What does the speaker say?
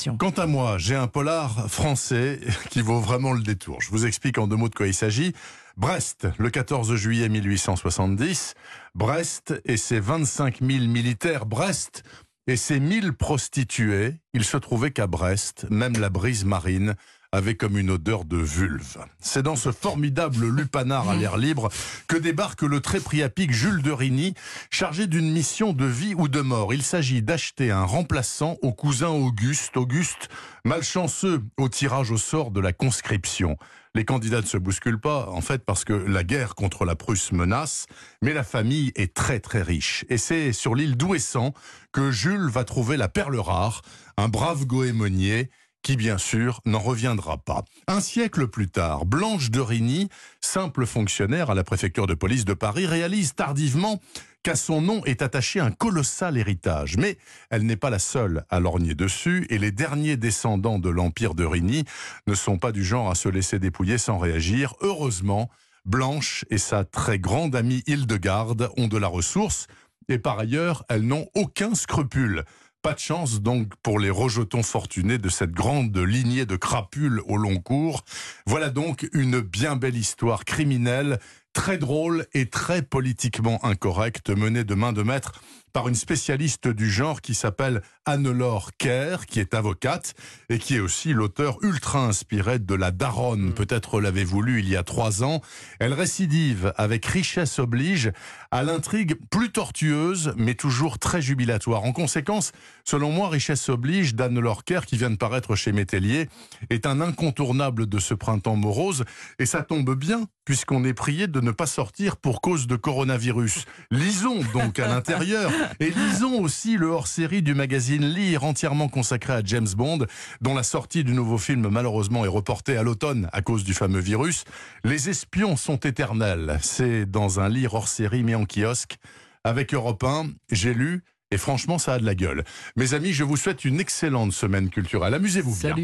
destination. Quant à moi, j'ai un polar français qui vaut vraiment le détour. Je vous explique en 2 mots de quoi il s'agit. Brest, le 14 juillet 1870. Brest et ses 25 000 militaires. Brest et ses 1000 prostituées. Il se trouvait qu'à Brest, même la brise marine avait comme une odeur de vulve. C'est dans ce formidable lupanar à l'air libre que débarque le très priapique Jules de Rigny, chargé d'une mission de vie ou de mort. Il s'agit d'acheter un remplaçant au cousin Auguste. Auguste, malchanceux au tirage au sort de la conscription. Les candidats ne se bousculent pas, en fait, parce que la guerre contre la Prusse menace, mais la famille est très très riche. Et c'est sur l'île d'Ouessant que Jules va trouver la perle rare, un brave goémonier, qui bien sûr n'en reviendra pas. Un siècle plus tard, Blanche de Rigny, simple fonctionnaire à la préfecture de police de Paris, réalise tardivement qu'à son nom est attaché un colossal héritage. Mais elle n'est pas la seule à lorgner dessus, et les derniers descendants de l'empire de Rigny ne sont pas du genre à se laisser dépouiller sans réagir. Heureusement, Blanche et sa très grande amie Hildegarde ont de la ressource, et par ailleurs, elles n'ont aucun scrupule. Pas de chance donc pour les rejetons fortunés de cette grande lignée de crapules au long cours. Voilà donc une bien belle histoire criminelle, très drôle et très politiquement incorrecte, menée de main de maître par une spécialiste du genre qui s'appelle Anne-Laure Kerr, qui est avocate et qui est aussi l'auteur ultra inspiré de La Daronne. Peut-être l'avez-vous lu il y a 3 ans. Elle récidive avec richesse oblige à l'intrigue plus tortueuse mais toujours très jubilatoire. En conséquence, selon moi, Richesse oblige d'Anne-Laure Kerr, qui vient de paraître chez Métellier, est un incontournable de ce printemps morose. Et ça tombe bien, puisqu'on est prié de ne pas sortir pour cause de coronavirus. Lisons donc à l'intérieur, et lisons aussi le hors-série du magazine Lire, entièrement consacré à James Bond, dont la sortie du nouveau film malheureusement est reportée à l'automne à cause du fameux virus. Les espions sont éternels. C'est dans un Lire hors-série mis en kiosque avec Europe 1. J'ai lu, et franchement ça a de la gueule. Mes amis, je vous souhaite une excellente semaine culturelle. Amusez-vous bien.